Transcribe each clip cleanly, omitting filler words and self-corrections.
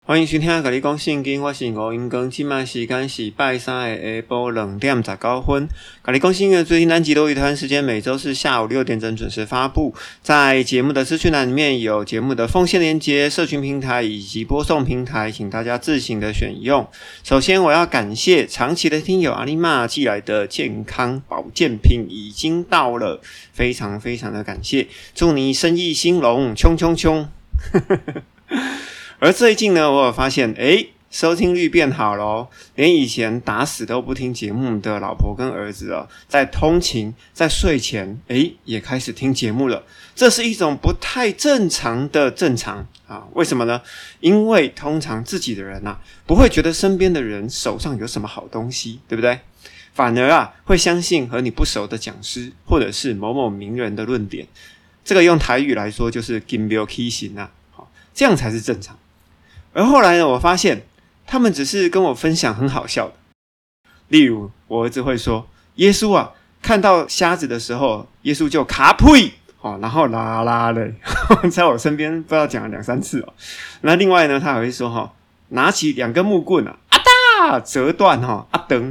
欢迎收听甲你讲圣经，我是吴英光，现在时间是拜三的下晡2点19分。甲你讲圣经的最新单集都于台湾时间每周四下午6点整准时发布。在节目的资讯栏里面有节目的奉献连结、社群平台以及播送平台，请大家自行的选用。首先我要感谢长期的听友阿丽玛寄来的健康保健品已经到了，非常非常的感谢，祝你生意兴隆，冲冲冲！而最近呢，我有发现，收听率变好咯，连以前打死都不听节目的老婆跟儿子在通勤、在睡前，也开始听节目了。这是一种不太正常的正常啊？为什么呢？因为通常自己的人不会觉得身边的人手上有什么好东西，对不对？反而会相信和你不熟的讲师或者是某某名人的论点。这个用台语来说就是金标起行这样才是正常。而后来呢，我发现他们只是跟我分享很好笑的，例如我儿子会说，耶稣看到瞎子的时候，耶稣就卡呸然后啦啦嘞在我身边不知道讲了2-3次那另外呢，他还会说拿起2根木棍大折断灯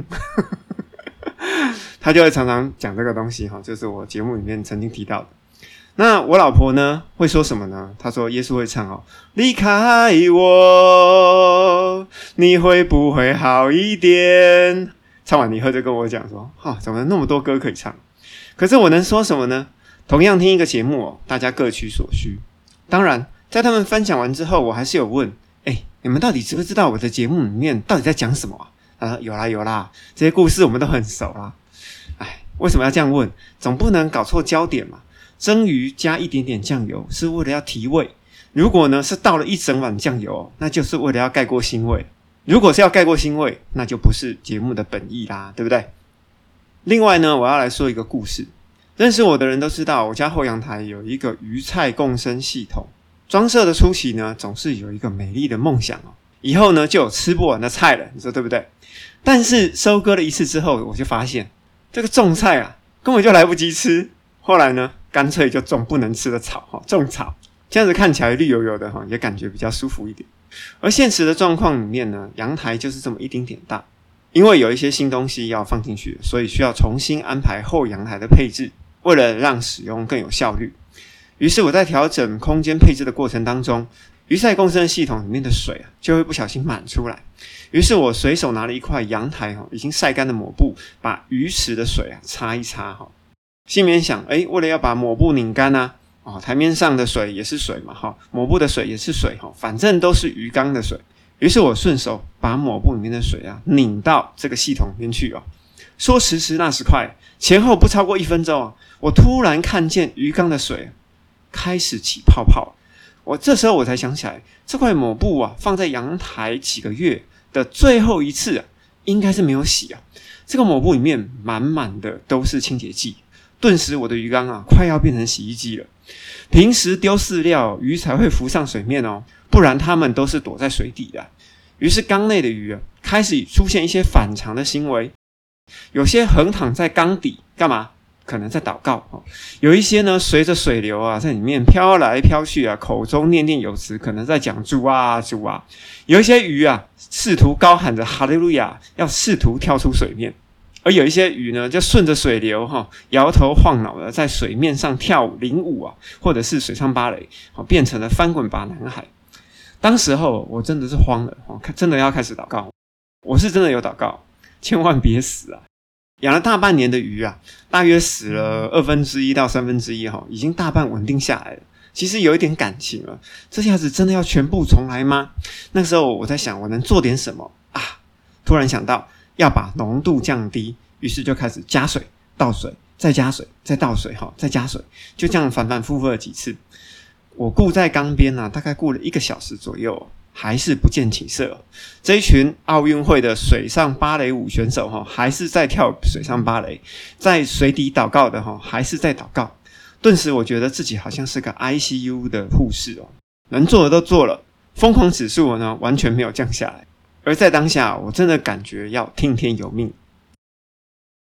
他就会常常讲这个东西就是我节目里面曾经提到的。那我老婆呢会说什么呢？她说耶稣会唱离开我你会不会好一点，唱完以后就跟我讲说怎么那么多歌可以唱。可是我能说什么呢？同样听一个节目大家各取所需。当然在他们分享完之后，我还是有问你们到底知不知道我的节目里面到底在讲什么有啦，这些故事我们都很熟啦。为什么要这样问？总不能搞错焦点嘛。蒸鱼加一点点酱油是为了要提味，如果呢是倒了一整碗酱油那就是为了要盖过腥味。如果是要盖过腥味，那就不是节目的本意啦，对不对？另外呢，我要来说一个故事。认识我的人都知道，我家后阳台有一个鱼菜共生系统。装设的初期呢，总是有一个美丽的梦想以后呢就有吃不完的菜了，你说对不对？但是收割了一次之后，我就发现这个种菜根本就来不及吃。后来呢，干脆就种不能吃的草种草，这样子看起来绿油油的也感觉比较舒服一点。而现实的状况里面呢，阳台就是这么一丁点大，因为有一些新东西要放进去，所以需要重新安排后阳台的配置，为了让使用更有效率。于是我在调整空间配置的过程当中，鱼菜共生系统里面的水就会不小心满出来。于是我随手拿了一块阳台已经晒干的抹布，把鱼池的水擦一擦心里面想为了要把抹布拧干台面上的水也是水嘛抹布的水也是水反正都是鱼缸的水。于是我顺手把抹布里面的水拧到这个系统里面去说时迟那时快，前后不超过1分钟我突然看见鱼缸的水开始起泡泡。这时候我才想起来，这块抹布放在阳台几个月的最后一次应该是没有洗这个抹布里面满满的都是清洁剂。顿时我的鱼缸快要变成洗衣机了。平时丢饲料，鱼才会浮上水面不然它们都是躲在水底的。于是缸内的鱼开始出现一些反常的行为，有些横躺在缸底干嘛？可能在祷告有一些呢随着水流在里面飘来飘去口中念念有词，可能在讲主啊主啊。有一些鱼试图高喊着哈利路亚，要试图跳出水面。而有一些鱼呢，就顺着水流摇头晃脑的在水面上跳领舞或者是水上芭蕾变成了翻滚吧男孩。当时候我真的是慌了真的要开始祷告。我是真的有祷告，千万别死养了大半年的鱼大约死了1/2到1/3已经大半稳定下来了。其实有一点感情了，这下子真的要全部重来吗？那时候我在想我能做点什么突然想到要把浓度降低，于是就开始加水倒水再加水再倒水再加水，就这样反反复复了几次。我顾在缸边大概顾了1个小时左右，还是不见起色这一群奥运会的水上芭蕾舞选手还是在跳水上芭蕾，在水底祷告的还是在祷告。顿时我觉得自己好像是个 ICU 的护士能做的都做了，疯狂指数呢完全没有降下来。而在当下我真的感觉要听天由命。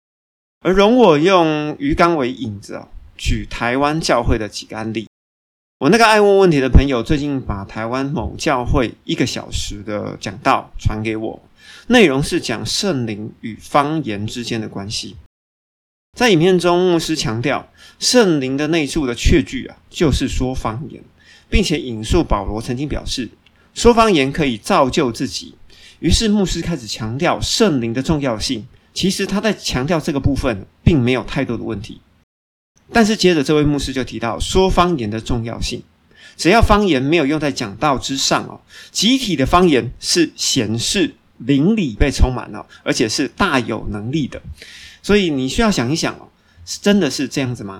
而容我用鱼缸为引子举台湾教会的几个案例。 我那个爱问问题的朋友最近把台湾某教会1个小时的讲道传给我，内容是讲圣灵与方言之间的关系。在影片中，牧师强调圣灵的内住的确据就是说方言，并且引述保罗曾经表示说方言可以造就自己。于是牧师开始强调圣灵的重要性，其实他在强调这个部分并没有太多的问题。但是接着这位牧师就提到说方言的重要性，只要方言没有用在讲道之上集体的方言是显示灵里被充满了，而且是大有能力的。所以你需要想一想真的是这样子吗？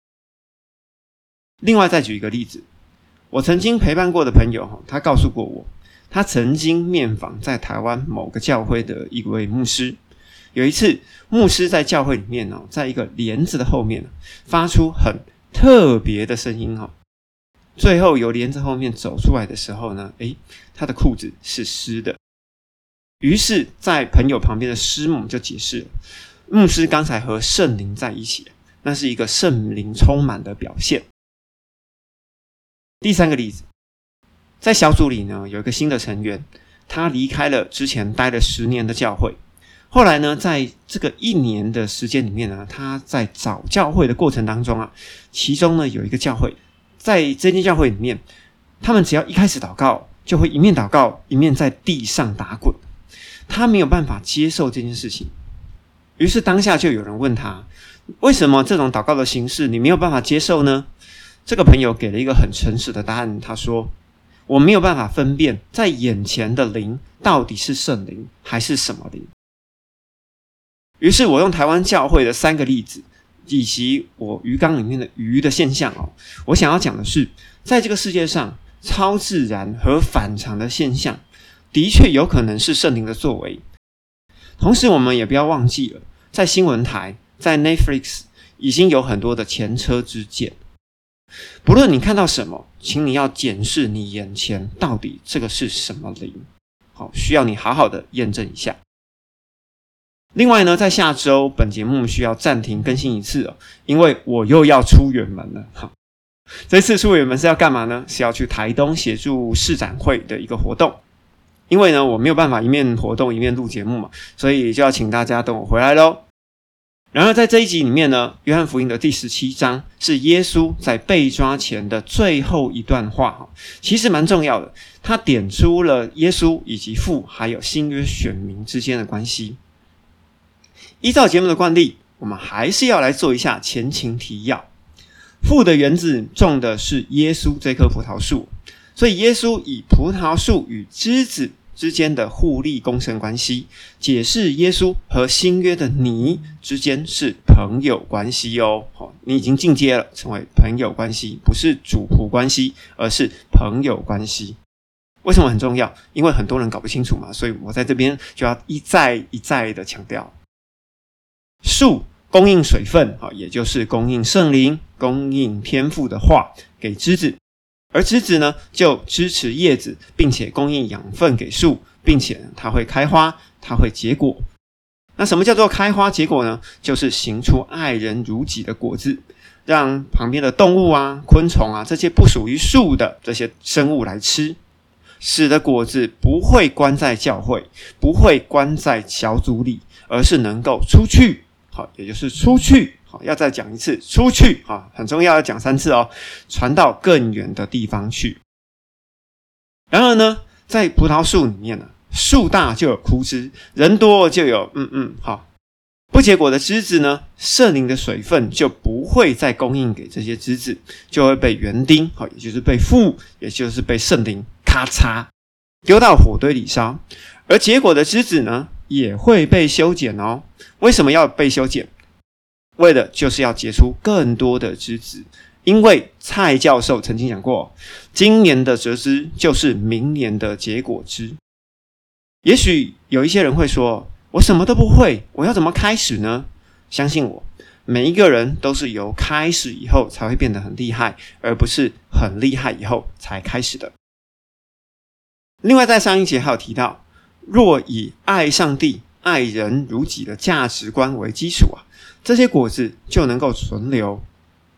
另外再举一个例子，我曾经陪伴过的朋友他告诉过我，他曾经面访在台湾某个教会的一位牧师。有一次牧师在教会里面在一个帘子的后面发出很特别的声音最后由帘子后面走出来的时候呢，他的裤子是湿的。于是在朋友旁边的师母就解释了，牧师刚才和圣灵在一起，那是一个圣灵充满的表现。第三个例子，在小组里呢，有一个新的成员，他离开了之前待了10年的教会。后来呢，在这个1年的时间里面呢，他在找教会的过程当中其中呢有一个教会，在这间教会里面，他们只要一开始祷告，就会一面祷告一面在地上打滚。他没有办法接受这件事情，于是当下就有人问他，为什么这种祷告的形式你没有办法接受呢？这个朋友给了一个很诚实的答案，他说，我没有办法分辨在眼前的灵到底是圣灵还是什么灵。于是我用台湾教会的3个例子，以及我鱼缸里面的鱼的现象我想要讲的是，在这个世界上超自然和反常的现象的确有可能是圣灵的作为。同时我们也不要忘记了，在新闻台，在 Netflix 已经有很多的前车之鉴。不论你看到什么，请你要检视你眼前到底这个是什么灵，需要你好好的验证一下。另外呢，在下周本节目需要暂停更新一次因为我又要出远门了。这次出远门是要干嘛呢？是要去台东协助市展会的一个活动。因为呢，我没有办法一面活动一面录节目嘛，所以就要请大家等我回来咯。然而在这一集里面呢，约翰福音的第17章是耶稣在被抓前的最后一段话其实蛮重要的，他点出了耶稣以及父还有新约选民之间的关系。依照节目的惯例，我们还是要来做一下前情提要。父的园子种的是耶稣这棵葡萄树，所以耶稣以葡萄树与枝子之间的互利共生关系，解释耶稣和新约的你之间是朋友关系你已经进阶了，成为朋友关系，不是主仆关系，而是朋友关系。为什么很重要？因为很多人搞不清楚嘛，所以我在这边就要一再一再的强调。树供应水分也就是供应圣灵，供应天父的话给枝子，而枝子呢就支持叶子，并且供应养分给树，并且它会开花，它会结果。那什么叫做开花结果呢？就是行出爱人如己的果子，让旁边的动物昆虫这些不属于树的这些生物来吃，使得果子不会关在教会，不会关在小组里，而是能够出去，也就是出去，要再讲一次，出去很重要，要讲3次传到更远的地方去。然而呢，在葡萄树里面树大就有枯枝，人多就有不结果的枝子呢，圣灵的水分就不会再供应给这些枝子，就会被园丁，也就是被父，也就是被圣灵咔嚓丢到火堆里烧。而结果的枝子呢，也会被修剪为什么要被修剪？为的就是要结出更多的枝子。因为蔡教授曾经讲过，今年的折枝就是明年的结果枝。也许有一些人会说，我什么都不会，我要怎么开始呢？相信我，每一个人都是由开始以后才会变得很厉害，而不是很厉害以后才开始的。另外在上一节还有提到，若以爱上帝爱人如己的价值观为基础这些果子就能够存留。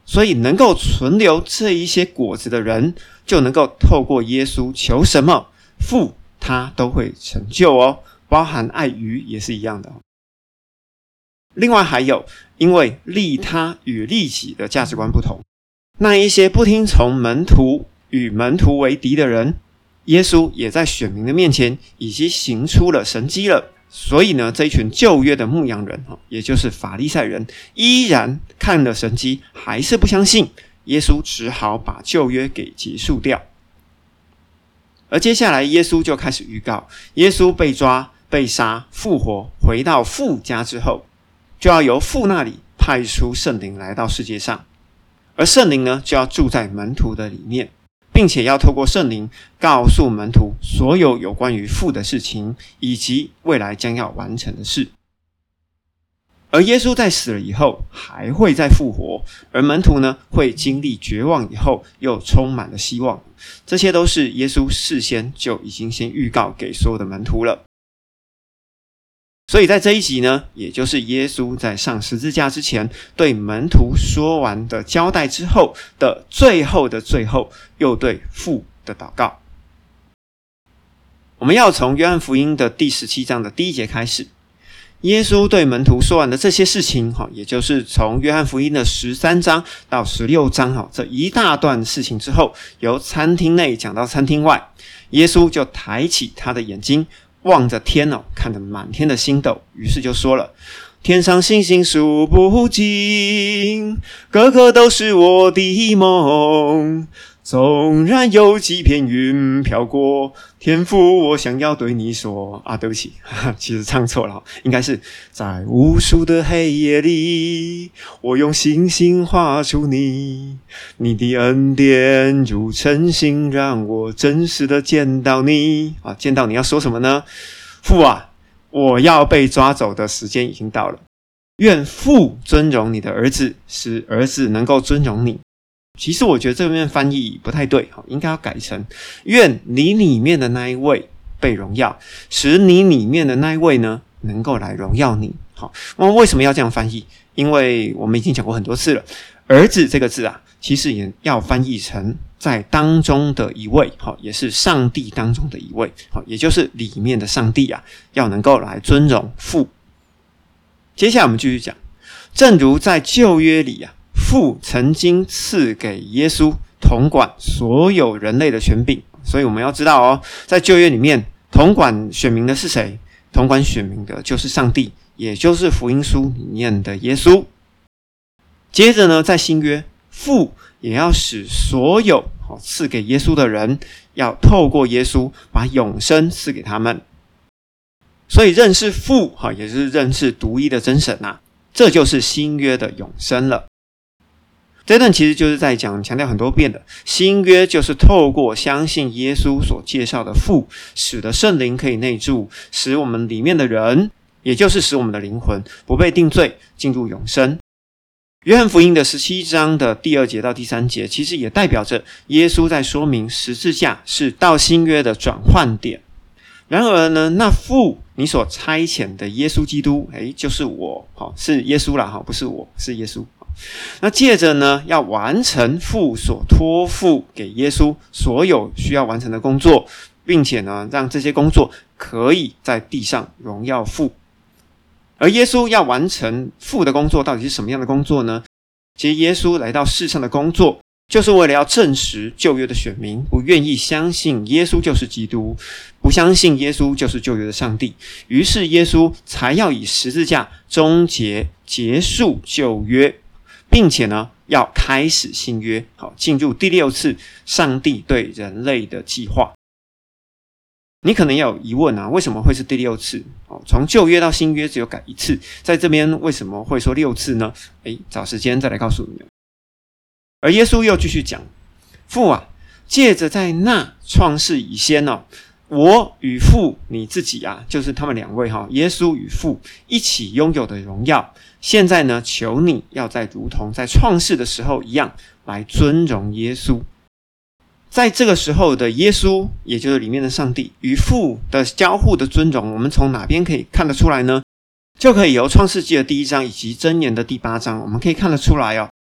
所以能够存留这一些果子的人，就能够透过耶稣求什么，父他都会成就哦，包含爱鱼也是一样的。另外还有，因为利他与利己的价值观不同，那一些不听从门徒与门徒为敌的人，耶稣也在选民的面前已经行出了神迹了。所以呢，这一群旧约的牧羊人，也就是法利赛人，依然看了神迹还是不相信，耶稣只好把旧约给结束掉。而接下来耶稣就开始预告，耶稣被抓、被杀、复活，回到父家之后，就要由父那里派出圣灵来到世界上，而圣灵呢，就要住在门徒的里面，并且要透过圣灵告诉门徒所有有关于父的事情，以及未来将要完成的事。而耶稣在死了以后还会再复活，而门徒呢，会经历绝望以后又充满了希望。这些都是耶稣事先就已经先预告给所有的门徒了。所以在这一集呢，也就是耶稣在上十字架之前对门徒说完的交代之后的最后的最后，又对父的祷告。我们要从约翰福音的第17章的第1节开始，耶稣对门徒说完的这些事情，也就是从约翰福音的13章到16章这一大段事情之后，由餐厅内讲到餐厅外，耶稣就抬起他的眼睛望着天，看着满天的星斗，于是就说了，天上星星数不尽，个个都是我的梦，纵然有几片云飘过，天父我想要对你说对不起，其实唱错了，应该是在无数的黑夜里，我用星星画出你，你的恩典如晨星，让我真实的见到你。见到你要说什么呢？父啊，我要被抓走的时间已经到了，愿父尊荣你的儿子，使儿子能够尊荣你。其实我觉得这边翻译不太对，应该要改成愿你里面的那一位被荣耀，使你里面的那一位呢能够来荣耀你。好，那为什么要这样翻译？因为我们已经讲过很多次了，儿子这个字其实也要翻译成在当中的一位，也是上帝当中的一位，也就是里面的上帝要能够来尊荣父。接下来我们继续讲，正如在旧约里父曾经赐给耶稣统管所有人类的权柄，所以我们要知道在旧约里面统管选民的是谁？统管选民的就是上帝，也就是福音书里面的耶稣。接着呢，在新约，父也要使所有赐给耶稣的人，要透过耶稣把永生赐给他们。所以认识父也就是认识独一的真神这就是新约的永生了。这段其实就是在强调很多遍的，新约就是透过相信耶稣所介绍的父，使得圣灵可以内住，使我们里面的人，也就是使我们的灵魂不被定罪，进入永生。约翰福音的17章的第2节到第3节，其实也代表着耶稣在说明十字架是到新约的转换点。然而呢，那父你所差遣的耶稣基督，就是我，是耶稣啦，不是我，是耶稣。那接着呢，要完成父所托付给耶稣所有需要完成的工作，并且呢，让这些工作可以在地上荣耀父。而耶稣要完成父的工作，到底是什么样的工作呢？其实耶稣来到世上的工作，就是为了要证实旧约的选民不愿意相信耶稣就是基督，不相信耶稣就是旧约的上帝，于是耶稣才要以十字架终结束旧约，并且呢，要开始新约，进入第6次上帝对人类的计划。你可能也有疑问为什么会是第6次？从旧约到新约只有改1次，在这边为什么会说6次呢？找时间再来告诉你们。而耶稣又继续讲，父啊，借着在那创世以先我与父你自己就是他们两位耶稣与父一起拥有的荣耀，现在呢，求你要再如同在创世的时候一样来尊荣耶稣。在这个时候的耶稣，也就是里面的上帝与父的交互的尊荣，我们从哪边可以看得出来呢？就可以由创世纪的第1章以及箴言的第8章，我们可以看得出来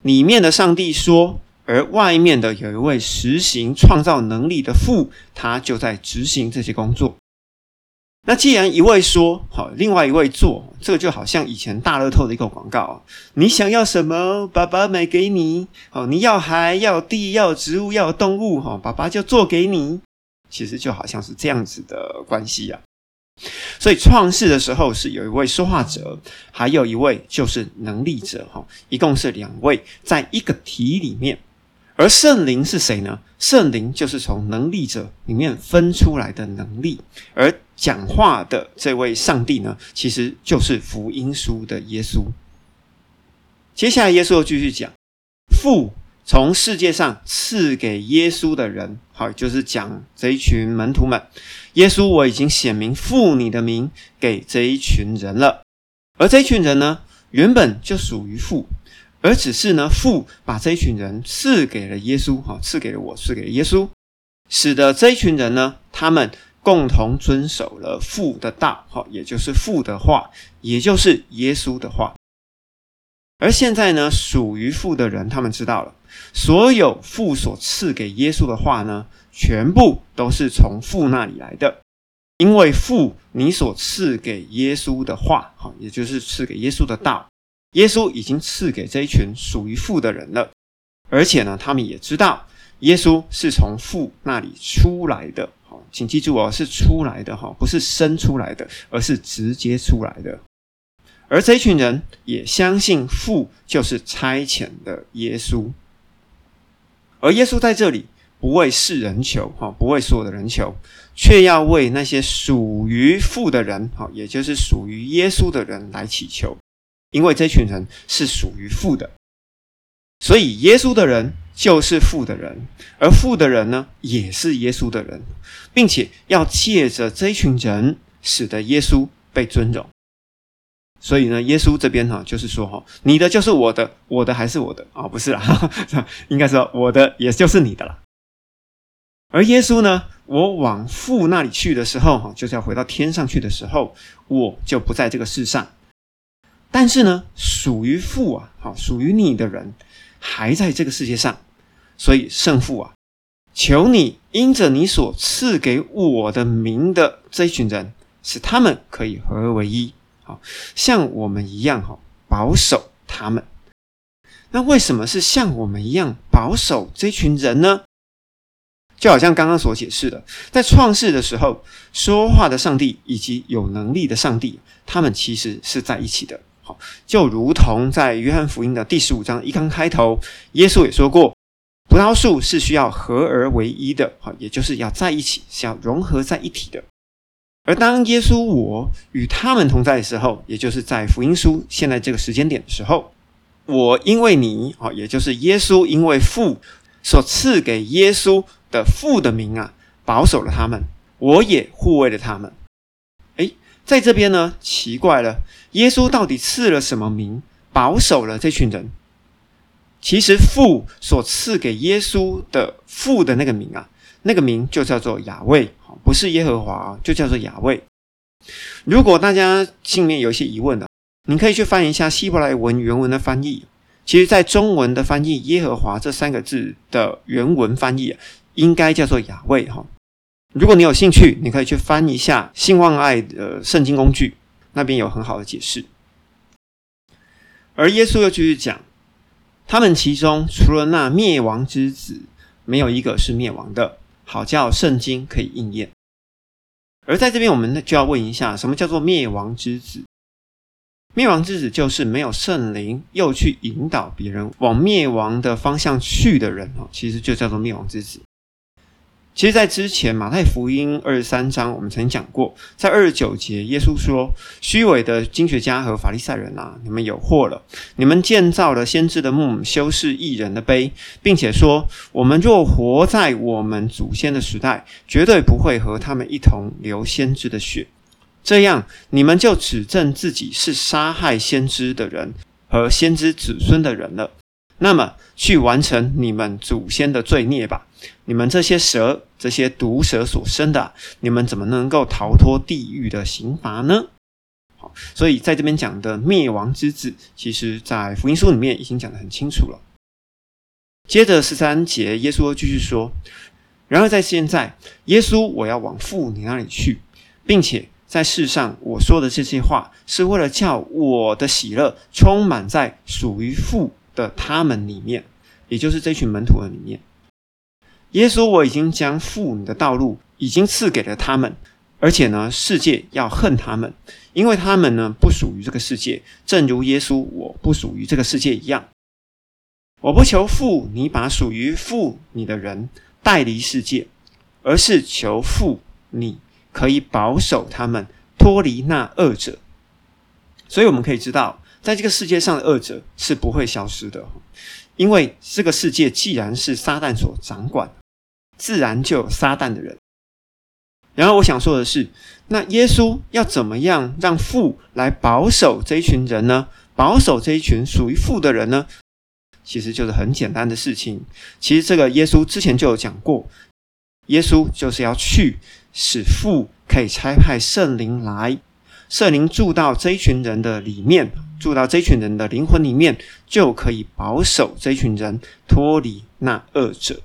里面的上帝说，而外面的有一位实行创造能力的父，他就在执行这些工作。那既然一位说，好，另外一位做，这个就好像以前大乐透的一个广告，你想要什么，爸爸买给你，你要海，要地，要植物，要动物，爸爸就做给你。其实就好像是这样子的关系啊。所以创世的时候是有一位说话者，还有一位就是能力者，一共是2位在一个体里面。而圣灵是谁呢？圣灵就是从能力者里面分出来的能力，而讲话的这位上帝呢，其实就是福音书的耶稣。接下来耶稣又继续讲，父从世界上赐给耶稣的人，好，就是讲这一群门徒们，耶稣我已经显明父你的名给这一群人了。而这一群人呢，原本就属于父，而只是呢，父把这一群人赐给了耶稣，赐给了我，赐给了耶稣，使得这一群人呢，他们共同遵守了父的道，也就是父的话，也就是耶稣的话。而现在呢，属于父的人，他们知道了，所有父所赐给耶稣的话呢，全部都是从父那里来的。因为父你所赐给耶稣的话，也就是赐给耶稣的道，耶稣已经赐给这一群属于父的人了。而且呢，他们也知道耶稣是从父那里出来的，请记住是出来的，不是生出来的，而是直接出来的。而这一群人也相信父就是差遣的耶稣。而耶稣在这里不为世人求，不为所有的人求，却要为那些属于父的人，也就是属于耶稣的人来祈求。因为这群人是属于父的，所以耶稣的人就是父的人，而父的人呢，也是耶稣的人，并且要借着这一群人，使得耶稣被尊荣。所以呢，耶稣这边就是说，你的就是我的，我的还是我的，不是啦，应该说我的也就是你的啦。而耶稣呢，我往父那里去的时候，就是要回到天上去的时候，我就不在这个世上。但是呢，属于父属于你的人还在这个世界上。所以圣父求你因着你所赐给我的名的这一群人，使他们可以合而为一，像我们一样保守他们。那为什么是像我们一样保守这群人呢？就好像刚刚所解释的，在创世的时候，说话的上帝以及有能力的上帝，他们其实是在一起的。就如同在约翰福音的第15章一刚开头，耶稣也说过，葡萄树是需要合而为一的，也就是要在一起，是要融合在一体的。而当耶稣我与他们同在的时候，也就是在福音书现在这个时间点的时候，我因为你，也就是耶稣因为父所赐给耶稣的父的名保守了他们，我也护卫了他们。在这边呢，奇怪了，耶稣到底赐了什么名保守了这群人？其实父所赐给耶稣的父的那个名那个名就叫做雅卫，不是耶和华，就叫做雅卫。如果大家心里面有一些疑问你可以去翻一下希伯来文原文的翻译。其实在中文的翻译耶和华这3个字的原文翻译应该叫做雅卫。如果你有兴趣，你可以去翻一下信望爱的圣经工具，那边有很好的解释。而耶稣又继续讲，他们其中除了那灭亡之子，没有一个是灭亡的，好叫圣经可以应验。而在这边我们就要问一下，什么叫做灭亡之子？灭亡之子就是没有圣灵又去引导别人往灭亡的方向去的人，其实就叫做灭亡之子。其实在之前马太福音23章我们曾经讲过，在29节耶稣说，虚伪的经学家和法利赛人你们有祸了，你们建造了先知的墓，修饰义人的碑，并且说，我们若活在我们祖先的时代，绝对不会和他们一同流先知的血，这样你们就指证自己是杀害先知的人和先知子孙的人了。那么去完成你们祖先的罪孽吧，你们这些蛇，这些毒蛇所生的你们怎么能够逃脱地狱的刑罚呢？所以在这边讲的灭亡之子，其实在福音书里面已经讲得很清楚了。 接着13节，耶稣又继续说：然而在现在，耶稣，我要往父你那里去，并且在世上我说的这些话，是为了叫我的喜乐充满在属于父的他们里面，也就是这群门徒的里面。耶稣，我已经将父你的道路已经赐给了他们，而且呢，世界要恨他们，因为他们呢不属于这个世界，正如耶稣我不属于这个世界一样。我不求父你把属于父你的人带离世界，而是求父你可以保守他们脱离那恶者。所以我们可以知道，在这个世界上的恶者是不会消失的，因为这个世界既然是撒旦所掌管，自然就有撒旦的人。然后我想说的是，那耶稣要怎么样让父来保守这一群人呢？保守这一群属于父的人呢？其实就是很简单的事情。其实这个耶稣之前就有讲过，耶稣就是要去使父可以差派圣灵来，圣灵住到这一群人的里面，住到这一群人的灵魂里面，就可以保守这一群人脱离那恶者。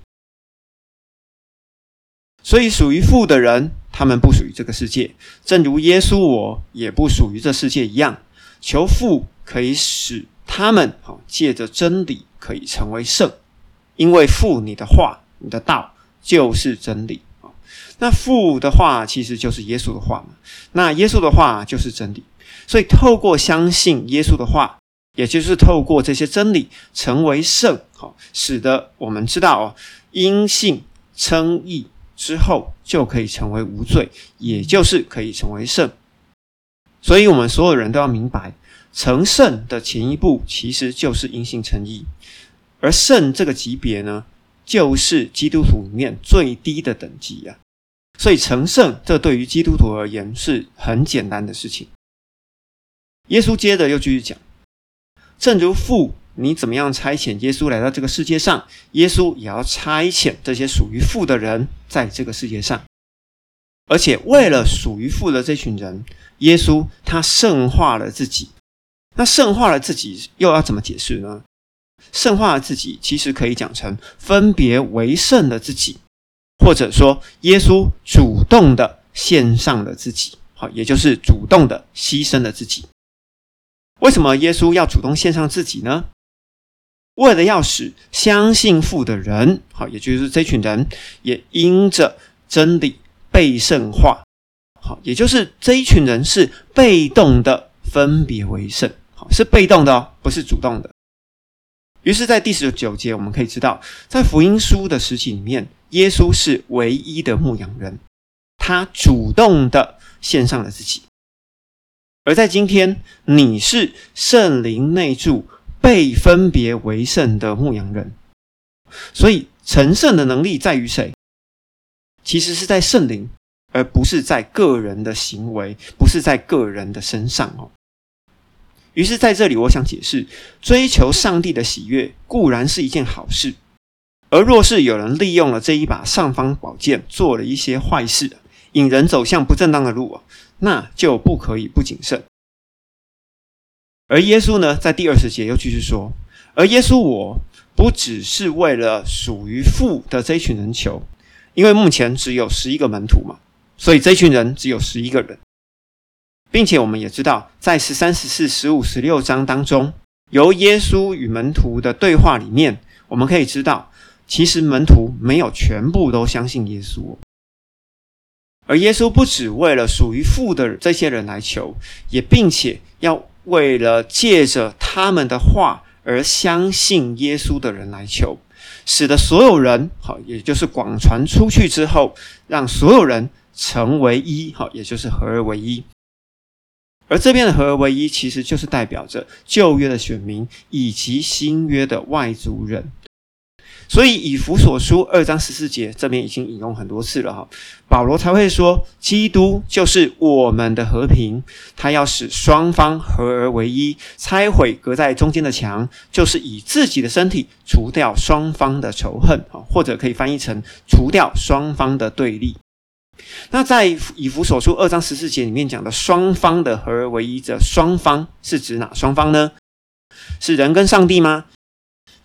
所以属于父的人，他们不属于这个世界，正如耶稣我也不属于这世界一样。求父可以使他们借着真理可以成为圣，因为父你的话你的道就是真理。那父的话其实就是耶稣的话嘛，那耶稣的话就是真理。所以透过相信耶稣的话，也就是透过这些真理成为圣，使得我们知道因信称义之后就可以成为无罪，也就是可以成为圣。所以我们所有人都要明白，成圣的前一步其实就是因信称义，而圣这个级别呢，就是基督徒里面最低的等级啊。所以成圣，这对于基督徒而言是很简单的事情。耶稣接着又继续讲，正如父你怎么样差遣耶稣来到这个世界上，耶稣也要差遣这些属于父的人在这个世界上。而且为了属于父的这群人，耶稣他圣化了自己。那圣化了自己又要怎么解释呢？圣化了自己其实可以讲成分别为圣的自己，或者说耶稣主动的献上了自己，也就是主动的牺牲了自己。为什么耶稣要主动献上自己呢？为了要使相信父的人，也就是这群人也因着真理被圣化，也就是这一群人是被动的分别为圣，是被动的不是主动的。于是在第19节我们可以知道，在福音书的时期里面，耶稣是唯一的牧羊人，他主动的献上了自己。而在今天，你是圣灵内住被分别为圣的牧羊人。所以成圣的能力在于谁？其实是在圣灵，而不是在个人的行为，不是在个人的身上。于是在这里我想解释，追求上帝的喜悦固然是一件好事，而若是有人利用了这一把尚方宝剑做了一些坏事，引人走向不正当的路，那就不可以不谨慎。而耶稣呢，在第20节又继续说，而耶稣我不只是为了属于父的这一群人求，因为目前只有11个门徒嘛，所以这群人只有11个人。并且我们也知道，在13、14、15、16章当中，由耶稣与门徒的对话里面，我们可以知道，其实门徒没有全部都相信耶稣。而耶稣不只为了属于父的这些人来求，也并且要为了借着他们的话而相信耶稣的人来求，使得所有人，也就是广传出去之后，让所有人成为一，也就是合而为一。而这边的合而为一其实就是代表着旧约的选民以及新约的外族人。所以以弗所书2章14节这边已经引用很多次了，保罗才会说基督就是我们的和平，他要使双方合而为一，拆毁隔在中间的墙，就是以自己的身体除掉双方的仇恨，或者可以翻译成除掉双方的对立。那在以弗所书2章14节里面讲的双方的合而为一的双方是指哪双方呢？是人跟上帝吗？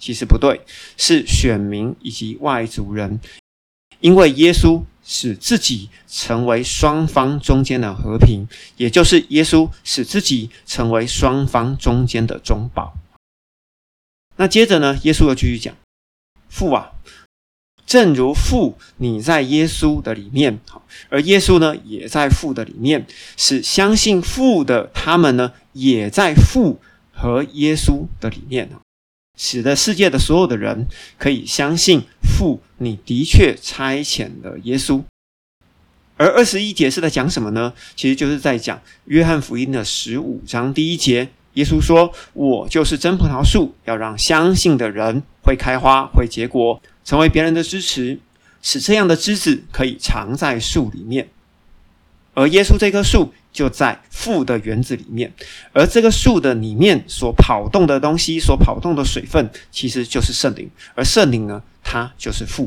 其实不对，是选民以及外族人，因为耶稣使自己成为双方中间的和平，也就是耶稣使自己成为双方中间的中保。那接着呢，耶稣又继续讲，父啊，正如父你在耶稣的里面，而耶稣呢也在父的里面，使相信父的他们呢也在父和耶稣的里面，使得世界的所有的人可以相信父你的确差遣了耶稣。而21节是在讲什么呢？其实就是在讲约翰福音的15章第1节，耶稣说，我就是真葡萄树，要让相信的人会开花会结果，成为别人的支持，使这样的枝子可以藏在树里面。而耶稣这棵树就在父的园子里面，而这个树的里面所跑动的东西，所跑动的水分，其实就是圣灵，而圣灵呢，它就是父。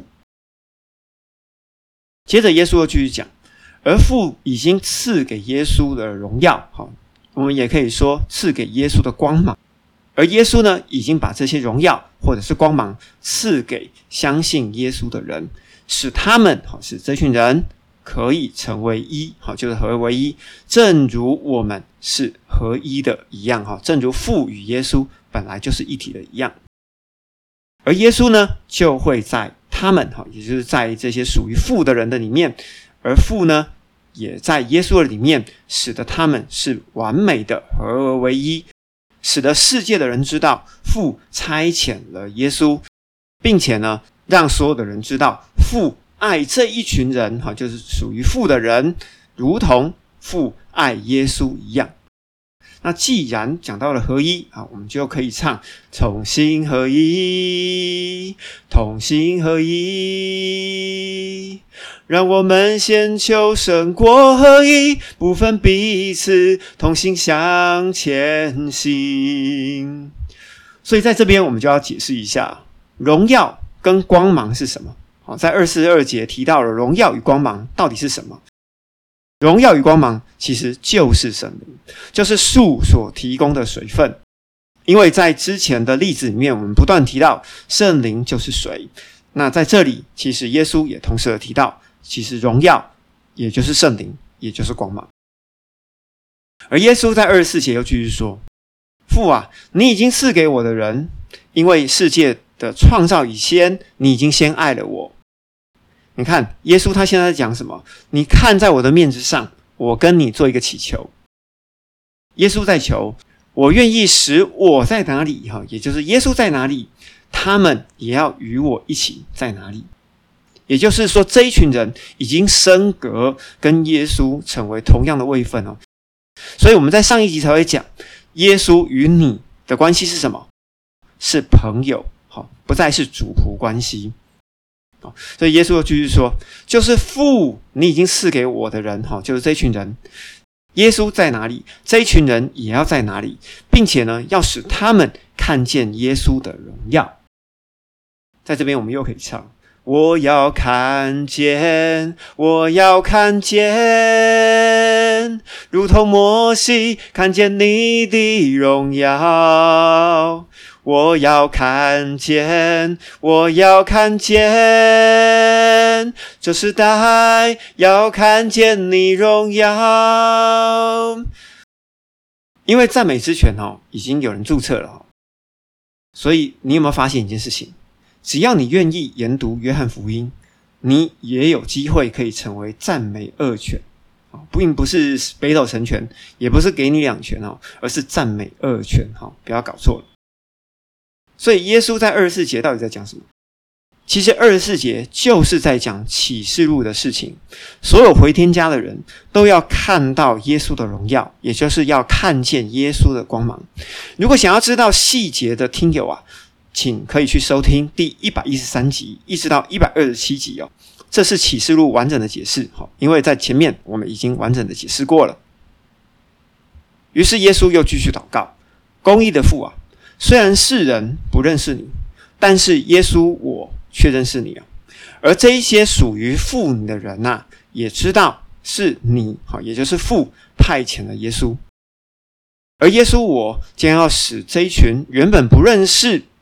接着耶稣又继续讲，而父已经赐给耶稣的荣耀，我们也可以说赐给耶稣的光芒，而耶稣呢，已经把这些荣耀或者是光芒赐给相信耶稣的人，使他们使这群人可以成为一，就是合为一，正如我们是合一的一样，正如父与耶稣本来就是一体的一样。而耶稣呢，就会在他们，也就是在这些属于父的人的里面，而父呢也在耶稣的里面，使得他们是完美的合而为一，使得世界的人知道父差遣了耶稣，并且呢让所有的人知道父爱这一群人，就是属于父的人，如同父爱耶稣一样。那既然讲到了合一，我们就可以唱同心合一，同心合一，让我们先求神国合一，不分彼此，同心向前行。所以在这边我们就要解释一下荣耀跟光芒是什么。在22节提到了荣耀与光芒到底是什么。荣耀与光芒其实就是圣灵，就是树所提供的水分。因为在之前的例子里面，我们不断提到圣灵就是水，那在这里其实耶稣也同时的提到，其实荣耀也就是圣灵，也就是光芒。而耶稣在24节又继续说，父啊，你已经赐给我的人，因为世界的创造以前，你已经先爱了我。你看耶稣他现在在讲什么？你看在我的面子上，我跟你做一个祈求。耶稣在求，我愿意使我在哪里，也就是耶稣在哪里，他们也要与我一起在哪里。也就是说，这一群人已经升格跟耶稣成为同样的位分哦。所以我们在上一集才会讲，耶稣与你的关系是什么？是朋友，不再是主仆关系。所以耶稣又继续说，就是父你已经赐给我的人，就是这群人，耶稣在哪里，这一群人也要在哪里，并且呢，要使他们看见耶稣的荣耀。在这边我们又可以唱，我要看见，我要看见，如同摩西看见你的荣耀。我要看见，我要看见，这时代要看见你荣耀。因为赞美之泉已经有人注册了，所以你有没有发现一件事情？只要你愿意研读约翰福音，你也有机会可以成为赞美二泉，并不是北斗神拳，也不是给你2拳，而是赞美二泉，不要搞错了。所以耶稣在24节到底在讲什么？其实24节就是在讲启示录的事情，所有回天家的人都要看到耶稣的荣耀，也就是要看见耶稣的光芒。如果想要知道细节的听友请可以去收听第113集一直到127集这是启示录完整的解释，因为在前面我们已经完整的解释过了。于是耶稣又继续祷告，公义的父啊，虽然世人不认识你，但是耶稣我却认识你而这一些属于父你的人也知道是你，也就是父派遣了耶稣。而耶稣我将要使这一群原本不认识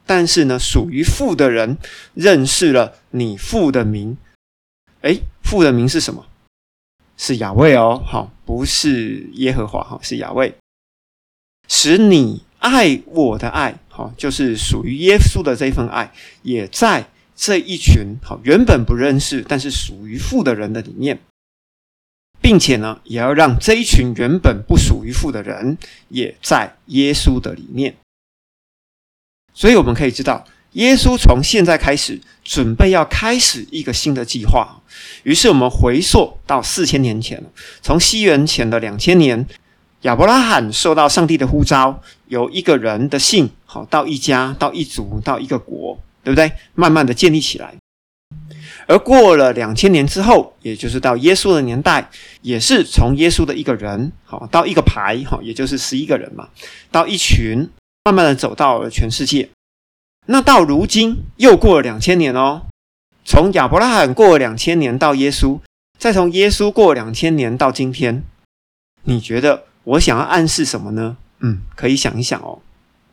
但是呢，属于父的人认识了你父的名。父的名是什么？是雅卫哦，不是耶和华，是雅卫。使你爱我的爱，就是属于耶稣的这份爱，也在这一群原本不认识但是属于父的人的里面，并且呢，也要让这一群原本不属于父的人也在耶稣的里面。所以我们可以知道，耶稣从现在开始准备要开始一个新的计划。于是我们回溯到4000年前，从西元前的2000年，亚伯拉罕受到上帝的呼召，由一个人的姓到一家，到一族，到一个国，对不对？慢慢的建立起来。而过了2000年之后，也就是到耶稣的年代，也是从耶稣的一个人到一个排，也就是11个人嘛，到一群，慢慢的走到了全世界。那到如今又过了2000年哦，从亚伯拉罕过了2000年到耶稣，再从耶稣过了2000年到今天，你觉得我想要暗示什么呢？可以想一想哦。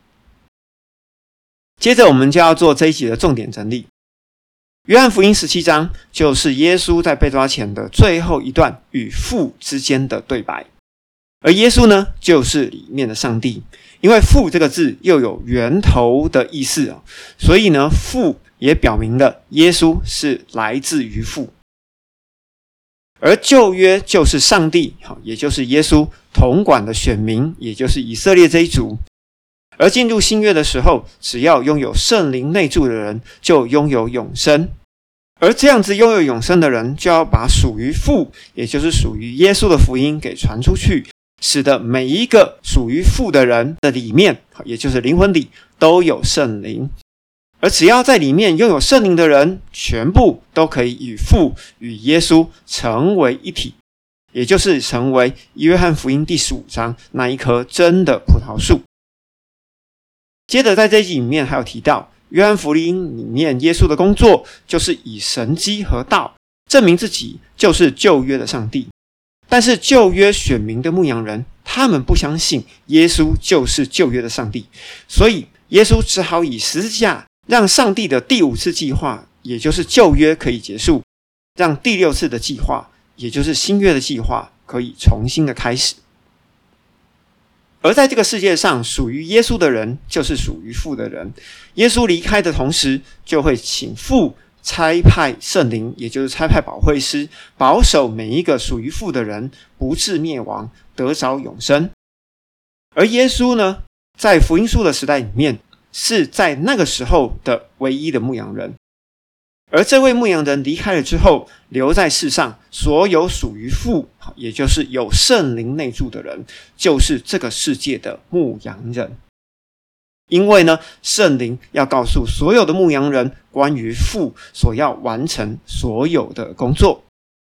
接着我们就要做这一集的重点整理。约翰福音17章就是耶稣在被抓前的最后一段与父之间的对白，而耶稣呢，就是里面的上帝。因为父这个字又有源头的意思，所以呢，父也表明了耶稣是来自于父。而旧约就是上帝，也就是耶稣统管的选民，也就是以色列这一族。而进入新约的时候，只要拥有圣灵内住的人，就拥有永生。而这样子拥有永生的人，就要把属于父，也就是属于耶稣的福音给传出去，使得每一个属于父的人的里面，也就是灵魂里，都有圣灵。而只要在里面拥有圣灵的人，全部都可以与父与耶稣成为一体，也就是成为约翰福音第15章那一棵真的葡萄树。接着在这一集里面还有提到，约翰福音里面耶稣的工作就是以神迹和道证明自己就是旧约的上帝。但是旧约选民的牧羊人，他们不相信耶稣就是旧约的上帝，所以耶稣只好以十字架让上帝的第5次计划，也就是旧约可以结束，让第6次的计划，也就是新约的计划可以重新的开始。而在这个世界上，属于耶稣的人就是属于父的人。耶稣离开的同时，就会请父差派圣灵，也就是差派保惠师，保守每一个属于父的人不致灭亡，得着永生。而耶稣呢，在福音书的时代里面，是在那个时候的唯一的牧羊人。而这位牧羊人离开了之后，留在世上所有属于父，也就是有圣灵内住的人，就是这个世界的牧羊人。因为呢，圣灵要告诉所有的牧羊人关于父所要完成所有的工作。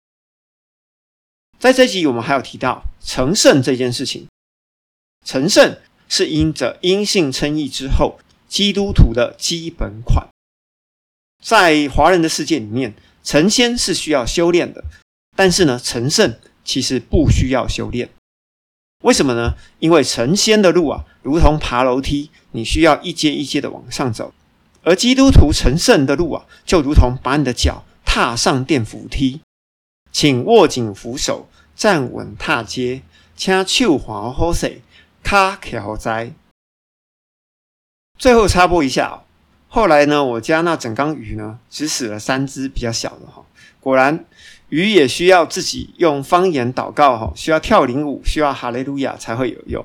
在这集我们还有提到成圣这件事情。成圣是因着因信称义之后，基督徒的基本款。在华人的世界里面，成仙是需要修炼的，但是呢，成圣其实不需要修炼。为什么呢？因为成仙的路如同爬楼梯，你需要一阶一阶的往上走。而基督徒成圣的路就如同把你的脚踏上电扶梯。请握紧扶手，站稳踏阶，请手环好势，脚翘在。最后插播一下后来呢，我家那整缸鱼呢，只死了3只比较小的果然鱼也需要自己用方言祷告需要跳灵舞，需要哈利路亚才会有用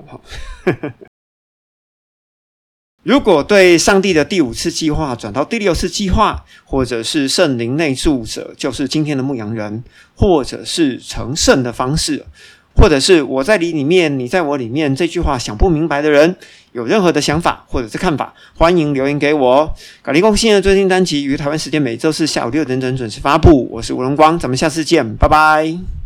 如果对上帝的第5次计划转到第6次计划，或者是圣灵内住者，就是今天的牧羊人，或者是成圣的方式，或者是我在你里面，你在我里面，这句话想不明白的人，有任何的想法或者是看法，欢迎留言给我。咖喱公新的最新单集于台湾时间每周四下午6点整准时发布。我是吴荣光，咱们下次见，拜拜。